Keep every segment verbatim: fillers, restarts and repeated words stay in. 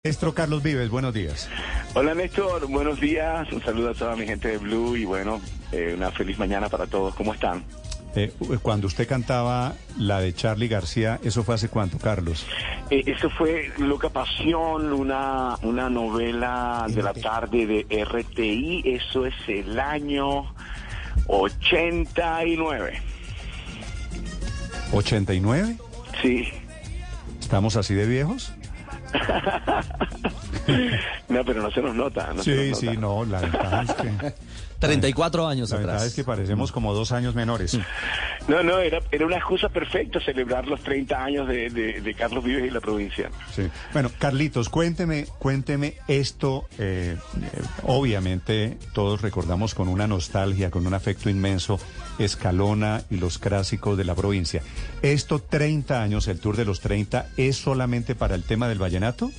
Maestro Carlos Vives, buenos días. Hola Néstor, buenos días, un saludo a toda mi gente de Blue y bueno, eh, una feliz mañana para todos, ¿cómo están? Eh, cuando usted cantaba la de Charly García, ¿eso fue hace cuánto, Carlos? Eh, eso fue Loca Pasión, una, una novela de la tarde de R T I, eso es el año ochenta y nueve. ¿ochenta y nueve? Sí. ¿Estamos así de viejos? No, pero no se nos nota. No sí, se nos sí, nota. no, la ventaja es que... treinta y cuatro años la atrás. La verdad es que parecemos como dos años menores. No, no, era, era una excusa perfecta celebrar los treinta años de, de, de Carlos Vives y la provincia. Sí. Bueno, Carlitos, cuénteme, cuénteme esto. Eh, eh, obviamente todos recordamos con una nostalgia, con un afecto inmenso, Escalona y los clásicos de la provincia. ¿Esto treinta años, el Tour de los treinta, es solamente para el tema del vallenato?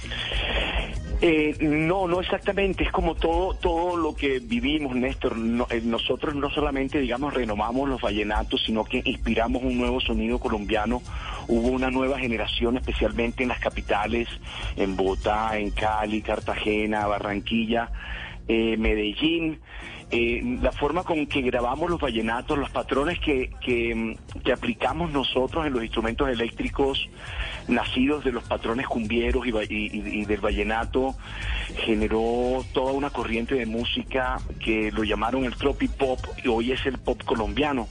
Eh, no, no exactamente, es como todo todo lo que vivimos, Néstor. No, eh, nosotros no solamente, digamos, renovamos los vallenatos, sino que inspiramos un nuevo sonido colombiano. Hubo una nueva generación, especialmente en las capitales, en Bogotá, en Cali, Cartagena, Barranquilla, eh, Medellín. Eh, la forma con que grabamos los vallenatos, los patrones que, que, que aplicamos nosotros en los instrumentos eléctricos nacidos de los patrones cumbieros y, y, y del vallenato, generó toda una corriente de música que lo llamaron el tropipop y hoy es el pop colombiano.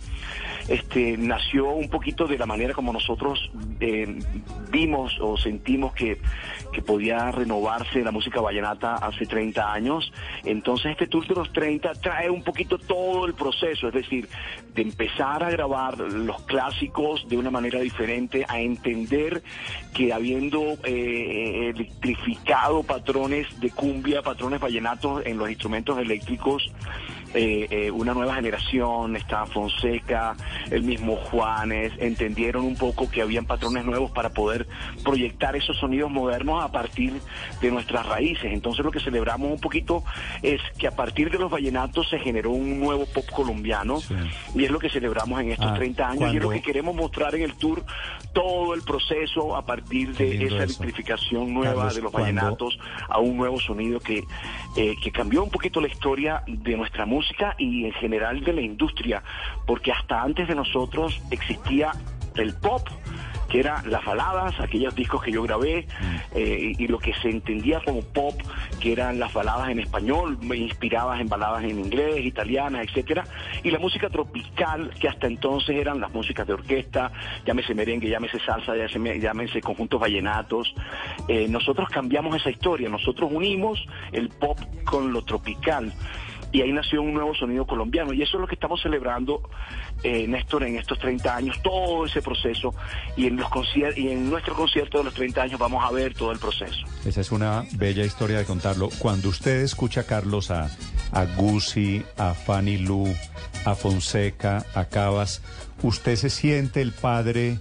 Este, nació un poquito de la manera como nosotros eh, vimos o sentimos que, que podía renovarse la música vallenata hace treinta años. Entonces este Tour de los treinta trae un poquito todo el proceso, es decir, de empezar a grabar los clásicos de una manera diferente, a entender que habiendo eh, electrificado patrones de cumbia, patrones vallenatos en los instrumentos eléctricos, Eh, eh, una nueva generación, está Fonseca, el mismo Juanes, entendieron un poco que habían patrones nuevos para poder proyectar esos sonidos modernos a partir de nuestras raíces. Entonces lo que celebramos un poquito es que a partir de los vallenatos se generó un nuevo pop colombiano, sí. Y es lo que celebramos en estos ah, treinta años cuando... y es lo que queremos mostrar en el tour, todo el proceso a partir de esa electrificación eso. nueva Carlos, de los vallenatos cuando... a un nuevo sonido que, eh, que cambió un poquito la historia de nuestra música y en general de la industria, porque hasta antes de nosotros existía el pop, que eran las baladas, aquellos discos que yo grabé, eh, y, y lo que se entendía como pop, que eran las baladas en español, inspiradas en baladas en inglés, italianas, etcétera, y la música tropical, que hasta entonces eran las músicas de orquesta, llámese merengue, llámese salsa, llámese, llámese conjuntos vallenatos. Eh, nosotros cambiamos esa historia, nosotros unimos el pop con lo tropical. Y ahí nació un nuevo sonido colombiano. Y eso es lo que estamos celebrando, eh, Néstor, en estos treinta años, todo ese proceso. Y en, los concier- y en nuestro concierto de los treinta años vamos a ver todo el proceso. Esa es una bella historia de contarlo. Cuando usted escucha, Carlos, a, a Guzzi, a Fanny Lu, a Fonseca, a Cabas, ¿usted se siente el padre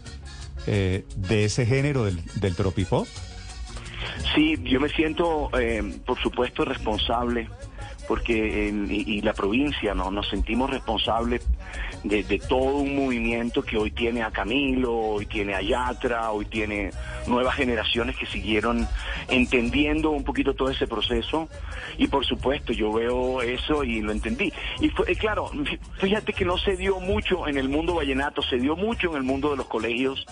eh, de ese género, del, del tropipop? Sí, yo me siento, eh, por supuesto, responsable. Porque en, y, y la provincia no nos sentimos responsables de, de todo un movimiento que hoy tiene a Camilo, hoy tiene a Yatra, hoy tiene nuevas generaciones que siguieron entendiendo un poquito todo ese proceso. Y por supuesto yo veo eso y lo entendí. Y fue, eh, claro, fíjate que no se dio mucho en el mundo vallenato, se dio mucho en el mundo de los colegios,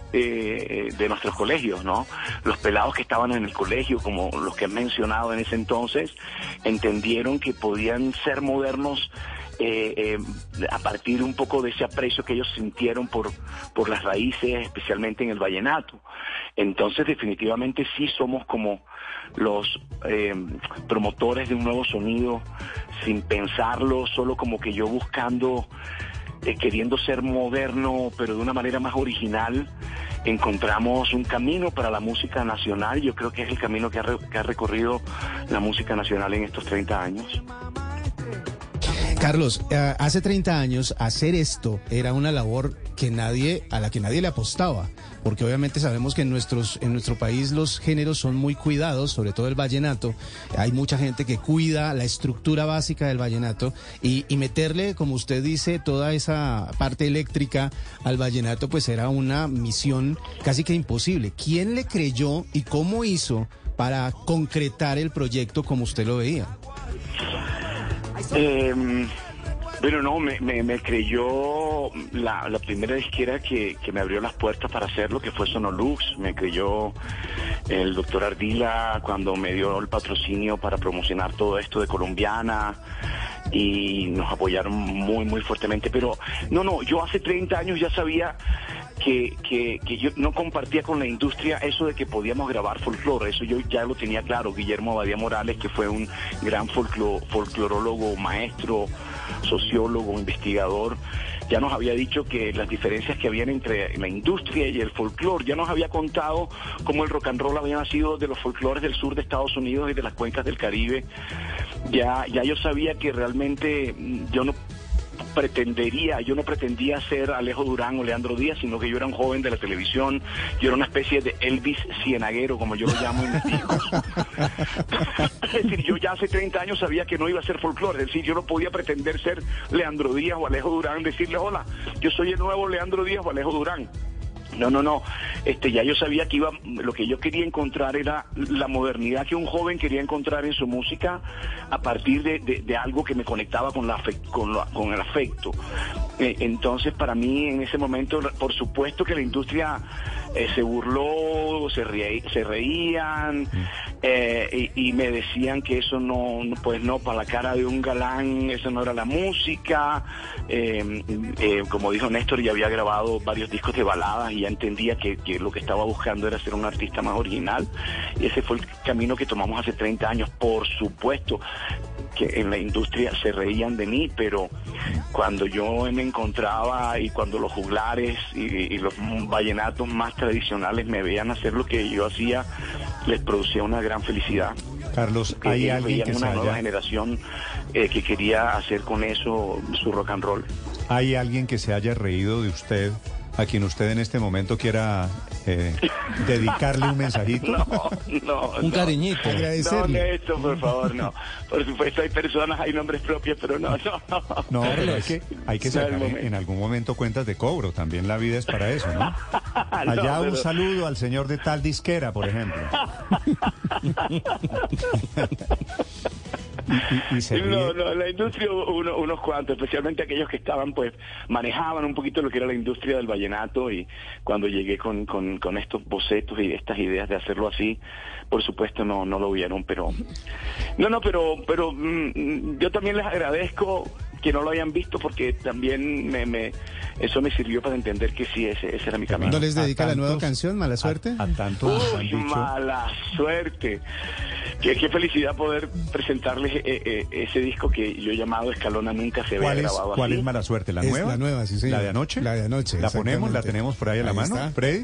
eh, de nuestros colegios, ¿no? Los pelados que estaban en el colegio, como los que han mencionado en ese entonces, entendieron que podían ser modernos eh, eh, a partir un poco de ese aprecio que ellos sintieron por, por las raíces, especialmente en el vallenato. Entonces definitivamente sí somos como los eh, promotores de un nuevo sonido, sin pensarlo, solo como que yo buscando, eh, queriendo ser moderno, pero de una manera más original. Encontramos un camino para la música nacional. Yo creo que es el camino que ha, re- que ha recorrido la música nacional en estos treinta años. Carlos, uh, hace treinta años hacer esto era una labor que nadie, a la que nadie le apostaba, porque obviamente sabemos que en nuestros, en nuestro país los géneros son muy cuidados, sobre todo el vallenato. Hay mucha gente que cuida la estructura básica del vallenato y, y meterle, como usted dice, toda esa parte eléctrica al vallenato, pues era una misión casi que imposible. ¿Quién le creyó y cómo hizo para concretar el proyecto como usted lo veía? Eh, bueno, no, me, me, me creyó la, la primera disquera que, que me abrió las puertas para hacerlo, que fue Sonolux. Me creyó el doctor Ardila cuando me dio el patrocinio para promocionar todo esto de Colombiana, y nos apoyaron muy, muy fuertemente. Pero no, no, yo hace treinta años ya sabía que, que, que yo no compartía con la industria eso de que podíamos grabar folclore. Eso yo ya lo tenía claro. Guillermo Abadía Morales, que fue un gran folclor, folclorólogo, maestro, sociólogo, investigador, ya nos había dicho que las diferencias que habían entre la industria y el folclore, ya nos había contado cómo el rock and roll había nacido de los folclores del sur de Estados Unidos y de las cuencas del Caribe. Ya, ya yo sabía que realmente yo no pretendería, yo no pretendía ser Alejo Durán o Leandro Díaz, sino que yo era un joven de la televisión, yo era una especie de Elvis cienaguero, como yo lo llamo en mis hijos. Es decir, yo ya hace treinta años sabía que no iba a ser folclore, es decir, yo no podía pretender ser Leandro Díaz o Alejo Durán, decirle, hola, yo soy el nuevo Leandro Díaz o Alejo Durán. No, no, no, este, ya yo sabía que iba, lo que yo quería encontrar era la modernidad que un joven quería encontrar en su música a partir de, de, de algo que me conectaba con, la, con, la, con el afecto. Eh, entonces, para mí, en ese momento, por supuesto que la industria eh, se burló, se, re, se reían eh, y, y me decían que eso no, pues no, para la cara de un galán, eso no era la música. Eh, eh, como dijo Néstor, ya había grabado varios discos de baladas y ya entendía que, que lo que estaba buscando era ser un artista más original, y ese fue el camino que tomamos hace treinta años. Por supuesto que en la industria se reían de mí, pero cuando yo me encontraba y cuando los juglares y, y los vallenatos más tradicionales me veían hacer lo que yo hacía, les producía una gran felicidad. Carlos, ¿hay alguien que se una haya... nueva generación eh, que quería hacer con eso su rock and roll? ¿Hay alguien que se haya reído de usted, a quien usted en este momento quiera eh, dedicarle un mensajito? No, no. Un no. cariñito, agradecerle. No, Néstor, por favor, no. Por supuesto, hay personas, hay nombres propios, pero no, no, no. No, pero hay que, hay que sacar en, en algún momento cuentas de cobro. También la vida es para eso, ¿no? Allá no, pero... un saludo al señor de tal disquera, por ejemplo. Y, y, y se no, no, la industria, uno, unos cuantos, especialmente aquellos que estaban, pues, manejaban un poquito lo que era la industria del vallenato, y cuando llegué con, con, con estos bocetos y estas ideas de hacerlo así, por supuesto no, no lo vieron, pero... No, no, pero, pero mmm, yo también les agradezco que no lo hayan visto, porque también me, me eso me sirvió para entender que sí, ese, ese era mi camino. ¿No les dedica tantos, la nueva canción, Mala Suerte? A, a tantos Uy, han dicho... Mala Suerte. Qué, qué felicidad poder presentarles eh, eh, ese disco que yo he llamado Escalona Nunca se había grabado ¿Cuál así. es Mala Suerte? ¿La Es nueva? la nueva, sí, señor. ¿La de anoche? La de anoche, ¿La ponemos? ¿La tenemos por ahí a la Ahí mano? está. ¿Freddy?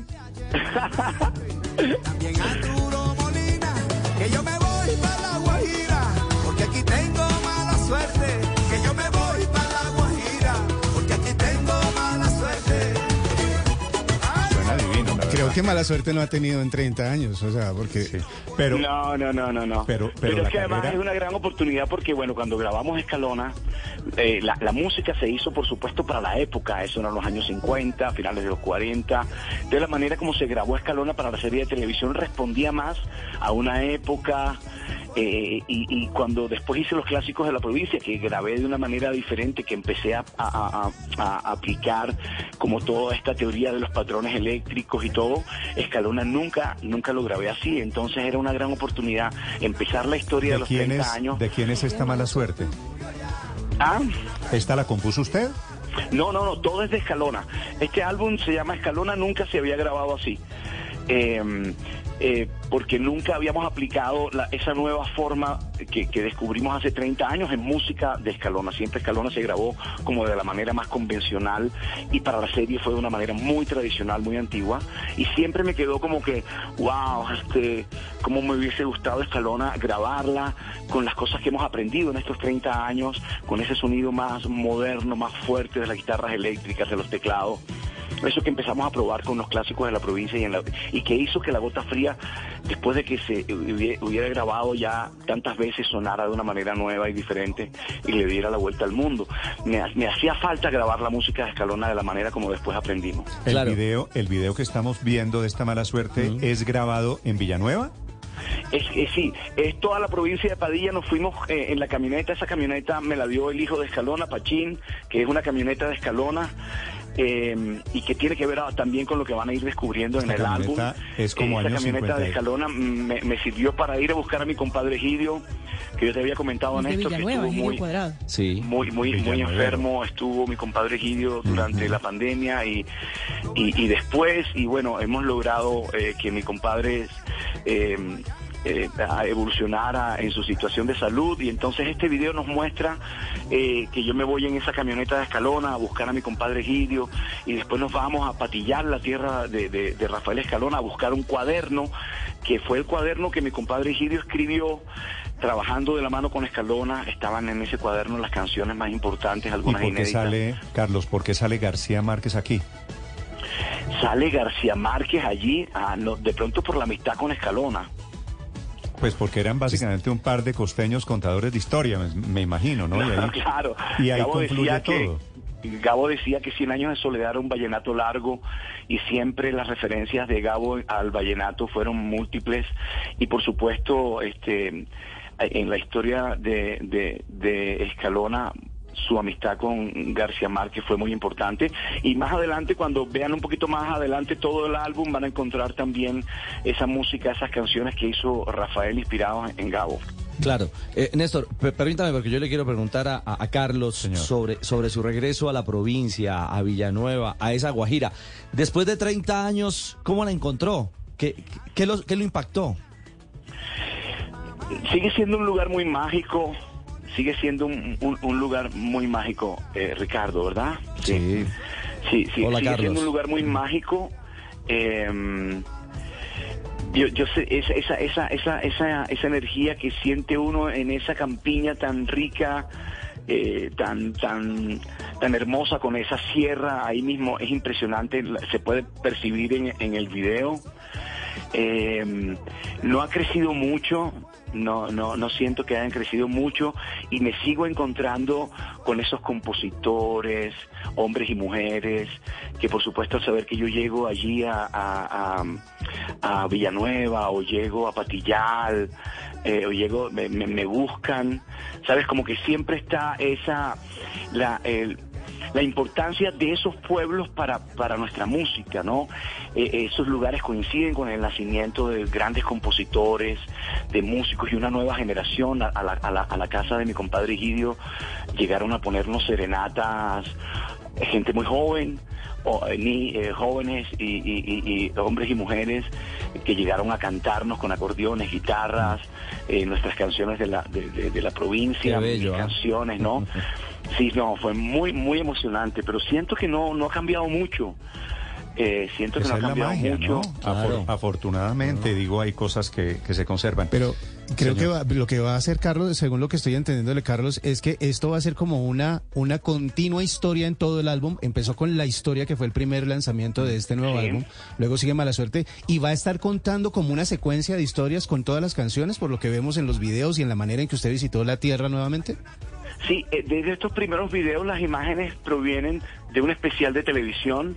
También Arturo Molina, que yo me voy para la Guajira, porque aquí tengo mala suerte. Que yo me voy para la Guajira, porque aquí tengo mala suerte. Suena divino, la verdad. Creo que Mala Suerte no ha tenido en treinta años, o sea, porque... Sí. Pero, No, no, no, no, no. Pero- pero Pero, la es que además carrera- es una gran oportunidad porque, bueno, cuando grabamos Escalona, eh, la, la música se hizo, por supuesto, para la época. Eso eran los años cincuenta, finales de los cuarenta. De la manera como se grabó Escalona para la serie de televisión respondía más a una época. Eh, y, y cuando después hice los clásicos de la provincia, que grabé de una manera diferente, que empecé a, a, a, a aplicar como toda esta teoría de los patrones eléctricos y todo, Escalona nunca, nunca lo grabé así. Entonces era una gran oportunidad empezar la historia de, ¿de los quién treinta es, años. ¿de quién es esta Mala Suerte? ¿Ah? ¿Esta la compuso usted? No, no, no, todo es de Escalona. Este álbum se llama Escalona, nunca se había grabado así. Eh, eh, porque nunca habíamos aplicado la, esa nueva forma que, que descubrimos hace treinta años en música de Escalona. Siempre Escalona se grabó como de la manera más convencional, y para la serie fue de una manera muy tradicional, muy antigua, y siempre me quedó como que, wow, este, cómo me hubiese gustado Escalona grabarla con las cosas que hemos aprendido en estos treinta años, con ese sonido más moderno, más fuerte de las guitarras eléctricas, de los teclados. Eso que empezamos a probar con los clásicos de la provincia y, en la, y que hizo que La Gota Fría, después de que se hubiera, hubiera grabado ya tantas veces, sonara de una manera nueva y diferente y le diera la vuelta al mundo. Me, me hacía falta grabar la música de Escalona de la manera como después aprendimos. El, Claro. video, el video que estamos viendo de esta Mala Suerte Mm. es grabado en Villanueva. Es, es, sí, es toda la provincia de Padilla, nos fuimos eh, en la camioneta, esa camioneta me la dio el hijo de Escalona, Pachín, que es una camioneta de Escalona, eh, y que tiene que ver a, también con lo que van a ir descubriendo Esta en el álbum. Es como esa años camioneta cincuenta. de Escalona me, me sirvió para ir a buscar a mi compadre Egidio, que yo te había comentado, de Néstor, que Villanueva, estuvo muy, Cuadrado. Sí. muy, muy, muy Villanueva. enfermo, estuvo mi compadre Egidio durante uh-huh. la pandemia y, y, y después, y bueno, hemos logrado eh, que mi compadre eh, eh, evolucionara en su situación de salud, y entonces este video nos muestra eh, que yo me voy en esa camioneta de Escalona a buscar a mi compadre Egidio, y después nos vamos a patillar la tierra de, de, de Rafael Escalona a buscar un cuaderno, que fue el cuaderno que mi compadre Egidio escribió trabajando de la mano con Escalona. Estaban en ese cuaderno las canciones más importantes, algunas ¿Y por qué inéditas. sale, Carlos, por qué sale García Márquez aquí? Sale García Márquez allí, ah, no, de pronto por la amistad con Escalona. Pues porque eran básicamente un par de costeños contadores de historia, me, me imagino, ¿no? Y ahí, claro. y ahí Gabo confluye decía todo. Que, Gabo decía que Cien años de soledad era un vallenato largo, y siempre las referencias de Gabo al vallenato fueron múltiples, y por supuesto, este, en la historia de, de, de Escalona, su amistad con García Márquez fue muy importante, y más adelante, cuando vean un poquito más adelante todo el álbum, van a encontrar también esa música, esas canciones que hizo Rafael inspirados en Gabo. Claro. Eh, Néstor, permítame, porque yo le quiero preguntar a, a Carlos sobre, sobre su regreso a la provincia, a Villanueva, a esa Guajira. Después de treinta años, ¿cómo la encontró? ¿Qué, qué, lo, qué lo impactó? Sigue siendo un lugar muy mágico, sigue siendo un, un, un lugar muy mágico, eh, Ricardo, ¿verdad? Sí. Sí, sí, Hola, sigue Carlos. siendo un lugar muy mágico. Eh, yo, yo sé, esa, esa, esa, esa, esa, esa energía que siente uno en esa campiña tan rica, eh, tan, tan, tan hermosa, con esa sierra ahí mismo, es impresionante, se puede percibir en, en el video. Eh, no ha crecido mucho. No, no, no siento que hayan crecido mucho, y me sigo encontrando con esos compositores, hombres y mujeres, que por supuesto al saber que yo llego allí a, a, a, a Villanueva, o llego a Patillal, eh, o llego, me, me, me buscan, sabes, como que siempre está esa, la, el, la importancia de esos pueblos para, para nuestra música, ¿no? Eh, esos lugares coinciden con el nacimiento de grandes compositores, de músicos, y una nueva generación. A, a, la, a, la, a la casa de mi compadre Egidio llegaron a ponernos serenatas, gente muy joven, o, ni, eh, jóvenes y, y, y, y hombres y mujeres que llegaron a cantarnos con acordeones, guitarras, eh, nuestras canciones de la, de, de, de la provincia, Qué bello, mis ¿eh? canciones, ¿no? Sí, no, fue muy, muy emocionante, pero siento que no, no ha cambiado mucho. Eh, siento que Esa no ha es la cambiado magia, mucho. ¿no? Claro. Afor- afortunadamente, No. digo, hay cosas que, que se conservan. Pero creo Señor. que va- lo que va a hacer Carlos, según lo que estoy entendiéndole, Carlos, es que esto va a ser como una, una continua historia en todo el álbum. Empezó con La Historia, que fue el primer lanzamiento de este nuevo Sí. álbum. Luego sigue Mala Suerte. Y va a estar contando como una secuencia de historias con todas las canciones, por lo que vemos en los videos y en la manera en que usted visitó la tierra nuevamente. Sí, eh, desde estos primeros videos las imágenes provienen de un especial de televisión.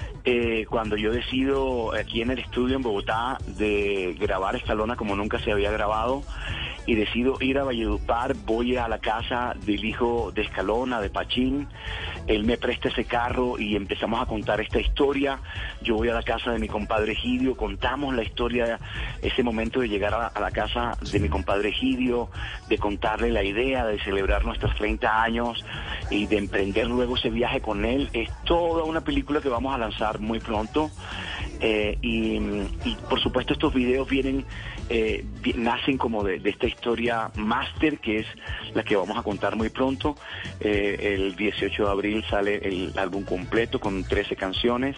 Eh, cuando yo decido aquí en el estudio en Bogotá de grabar Escalona como nunca se había grabado, y decido ir a Valledupar, voy a la casa del hijo de Escalona, de Pachín. Él me presta ese carro y empezamos a contar esta historia. Yo voy a la casa de mi compadre Egidio, contamos la historia, ese momento de llegar a, a la casa de mi compadre Egidio, de contarle la idea de celebrar nuestros treinta años y de emprender luego ese viaje con él. Es toda una película que vamos a lanzar muy pronto. Eh, y, y por supuesto estos videos vienen, eh, vi- nacen como de, de esta historia máster, que es la que vamos a contar muy pronto. Eh, el dieciocho de abril sale el álbum completo con trece canciones.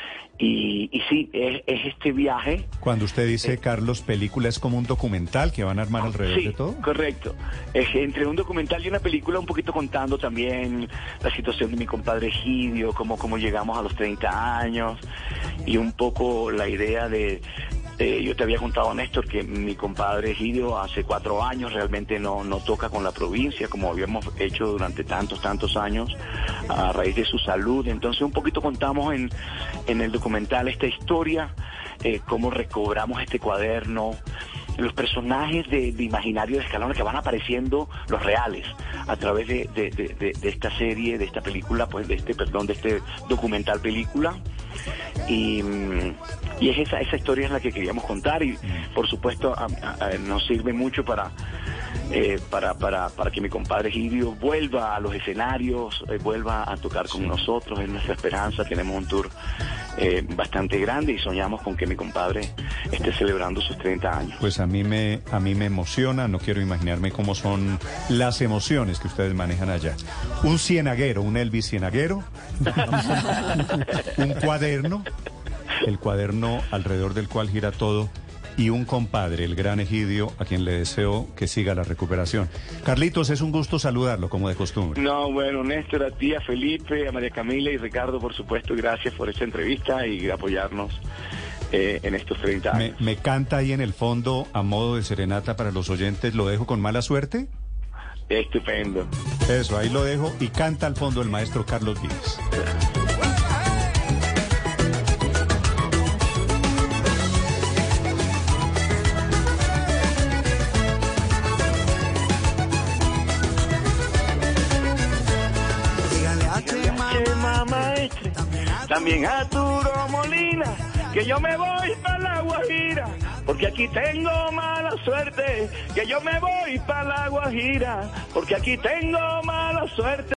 Y, y sí, es, es este viaje. Cuando usted dice, Eh, Carlos, película, es como un documental que van a armar alrededor Sí, de todo. correcto. Es entre un documental y una película, un poquito contando también la situación de mi compadre Egidio, cómo, cómo llegamos a los treinta años, y un poco la idea de... eh, yo te había contado, Néstor, que mi compadre Egidio hace cuatro años realmente no, no toca con la provincia como habíamos hecho durante tantos, tantos años, a raíz de su salud. Entonces un poquito contamos en, en el documental esta historia, eh, cómo recobramos este cuaderno, los personajes de, de imaginario de Escalona que van apareciendo los reales a través de, de, de, de, de esta serie, de esta película, pues de este, perdón, de este documental película. Y, y es esa, esa historia es la que queríamos contar y por supuesto a, a, a, nos sirve mucho para, eh, para, para, para que mi compadre Egidio vuelva a los escenarios, eh, vuelva a tocar con sí. nosotros, es nuestra esperanza. Tenemos un tour eh, bastante grande y soñamos con que mi compadre esté celebrando sus treinta años. Pues a mí me, a mí me emociona, no quiero imaginarme cómo son las emociones que ustedes manejan allá. Un cienaguero, un Elvis cienaguero, un cuaderno, el cuaderno alrededor del cual gira todo, y un compadre, el gran Egidio, a quien le deseo que siga la recuperación. Carlitos, es un gusto saludarlo, como de costumbre. No, bueno, Néstor, a ti, a Felipe, a María Camila y Ricardo, por supuesto, gracias por esta entrevista y apoyarnos eh, en estos treinta años. Me, me canta ahí en el fondo, a modo de serenata para los oyentes, ¿lo dejo con mala suerte? Estupendo. Eso, ahí lo dejo, y canta al fondo el maestro Carlos Vives. También a Arturo Molina, que yo me voy para la Guajira, porque aquí tengo mala suerte, que yo me voy para la Guajira, porque aquí tengo mala suerte.